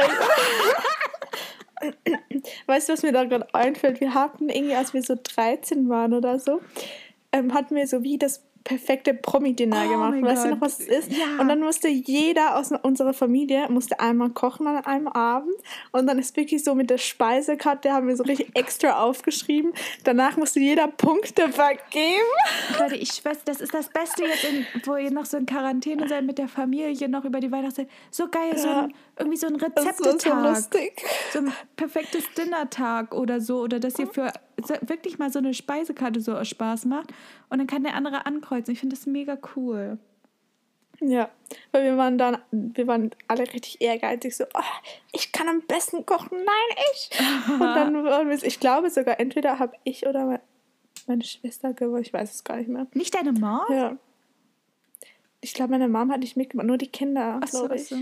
Weißt du, was mir da gerade einfällt? Wir hatten irgendwie, als wir so 13 waren oder so, hatten wir so wie das perfekte Promi-Dinner gemacht. Weißt du noch, was es ist? Ja. Und dann musste jeder aus unserer Familie einmal kochen an einem Abend. Und dann ist wirklich so mit der Speisekarte, haben wir so richtig extra aufgeschrieben. Danach musste jeder Punkte vergeben. Leute, ich weiß, das ist das Beste jetzt, wo ihr noch so in Quarantäne seid mit der Familie, noch über die Weihnachtszeit. So geil, irgendwie so ein Rezeptetag. So lustig. So ein perfektes Dinnertag oder so. Oder dass ihr für wirklich mal so eine Speisekarte so Spaß macht. Und dann kann der andere ankreuzen. Ich finde das mega cool. Ja, weil wir waren alle richtig ehrgeizig. So, ich kann am besten kochen. Nein, ich. Und dann waren wir, ich glaube sogar, entweder habe ich oder meine Schwester gewonnen. Ich weiß es gar nicht mehr. Nicht deine Mom? Ja. Ich glaube, meine Mom hat nicht mitgemacht. Nur die Kinder, glaube ich.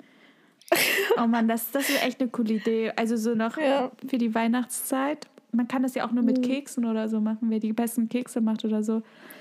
Oh Mann, das ist echt eine coole Idee. Also so noch für die Weihnachtszeit. Man kann das ja auch nur mit Keksen oder so machen, wer die besten Kekse macht oder so.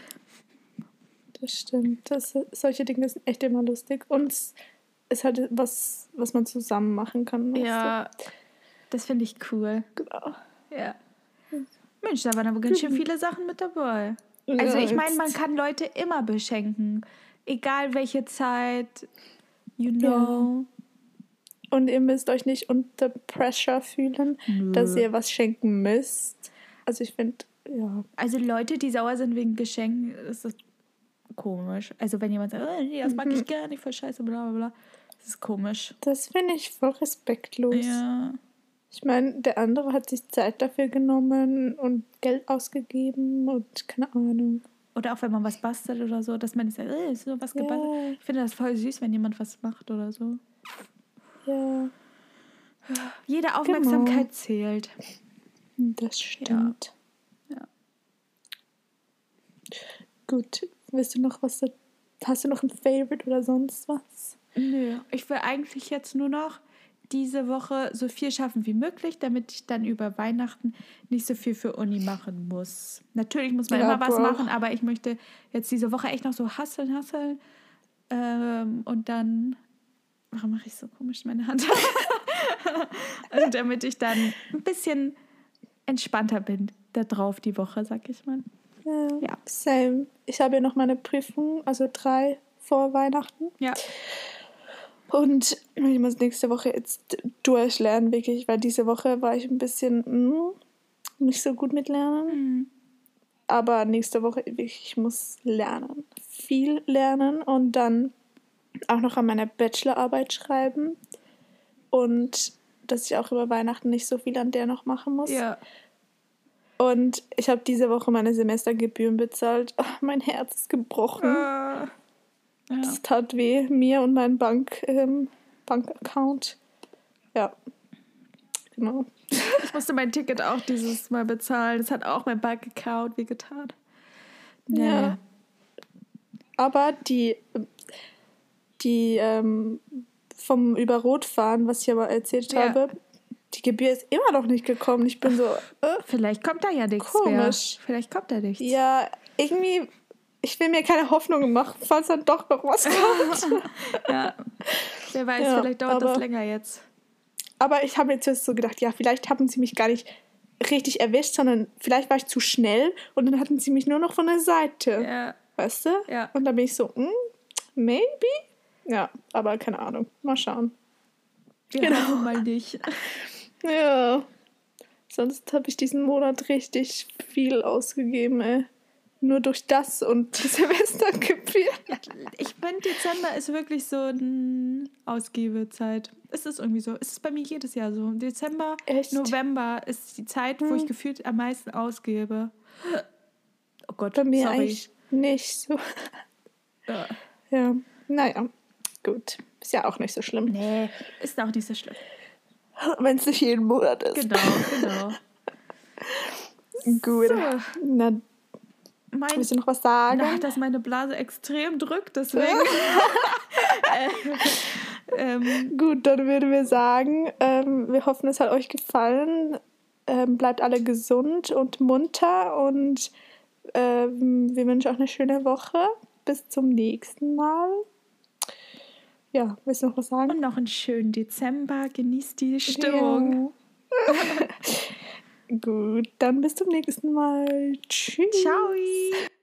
Das stimmt. Solche Dinge sind echt immer lustig. Und es ist halt was man zusammen machen kann. Ja, das finde ich cool. Genau. Ja. Mensch, da waren aber ganz schön viele Sachen mit dabei. Also ich meine, man kann Leute immer beschenken. Egal welche Zeit, you know. Ja. Und ihr müsst euch nicht unter Pressure fühlen, dass ihr was schenken müsst. Also ich finde, ja. Also Leute, die sauer sind wegen Geschenken, ist das komisch. Also wenn jemand sagt, nee, das mag ich gar nicht, voll scheiße, bla bla bla. Das ist komisch. Das finde ich voll respektlos. Ja. Ich meine, der andere hat sich Zeit dafür genommen und Geld ausgegeben und keine Ahnung. Oder auch wenn man was bastelt oder so, dass man nicht sagt, ist so was gebastelt. Ja. Ich finde das voll süß, wenn jemand was macht oder so. Ja. Jede Aufmerksamkeit zählt. Das stimmt. Ja. Gut. Hast du noch ein Favorite oder sonst was? Nö. Ich will eigentlich jetzt nur noch diese Woche so viel schaffen wie möglich, damit ich dann über Weihnachten nicht so viel für Uni machen muss. Natürlich muss man immer was machen, aber ich möchte jetzt diese Woche echt noch so hustlen. Und dann... Warum mache ich so komisch meine Hand? Und damit ich dann ein bisschen entspannter bin da drauf die Woche, sag ich mal. Ja, same. Ich habe ja noch meine Prüfung, also 3 vor Weihnachten. Ja. Und ich muss nächste Woche jetzt durchlernen, wirklich, weil diese Woche war ich ein bisschen nicht so gut mit Lernen. Aber nächste Woche wirklich, ich muss lernen. Viel lernen und dann auch noch an meiner Bachelorarbeit schreiben. Und dass ich auch über Weihnachten nicht so viel an der noch machen muss. Ja. Und ich habe diese Woche meine Semestergebühren bezahlt. Oh, mein Herz ist gebrochen. Ja. Das tat weh, mir und meinem Bankaccount. Ja. genau. Ich musste mein Ticket auch dieses Mal bezahlen. Das hat auch mein Bank-Account wehgetan. Ja. Aber die vom über Rot fahren, was ich aber erzählt habe, die Gebühr ist immer noch nicht gekommen. Ich bin so, vielleicht kommt da ja nichts komisch. mehr. Vielleicht kommt da nichts. Ja, irgendwie, ich will mir keine Hoffnungen machen, falls dann doch noch was kommt. Ja, wer weiß, vielleicht dauert das länger jetzt. Aber ich habe jetzt so gedacht, ja, vielleicht haben sie mich gar nicht richtig erwischt, sondern vielleicht war ich zu schnell und dann hatten sie mich nur noch von der Seite. Ja. Weißt du? Ja. Und dann bin ich so, maybe? Ja, aber keine Ahnung. Mal schauen. Wir hoffen mal nicht. Ja. Sonst habe ich diesen Monat richtig viel ausgegeben, ey. Nur durch das und die Semestergebühr. Ich finde, Dezember ist wirklich so eine Ausgebezeit. Es ist irgendwie so. Es ist bei mir jedes Jahr so. Dezember, Echt? November ist die Zeit, wo ich gefühlt am meisten ausgebe. Oh Gott, Bei mir sorry. eigentlich nicht so. Ja, naja, gut. Ist ja auch nicht so schlimm. Nee, ist auch nicht so schlimm. Wenn es nicht jeden Monat ist. Genau. Gut. So. Na, willst du noch was sagen? Dass meine Blase extrem drückt, deswegen. Gut, dann würden wir sagen, wir hoffen, es hat euch gefallen. Bleibt alle gesund und munter und wir wünschen euch eine schöne Woche. Bis zum nächsten Mal. Ja, willst du noch was sagen? Und noch einen schönen Dezember. Genießt die Stimmung. Ja. Gut, dann bis zum nächsten Mal. Tschüss. Ciao.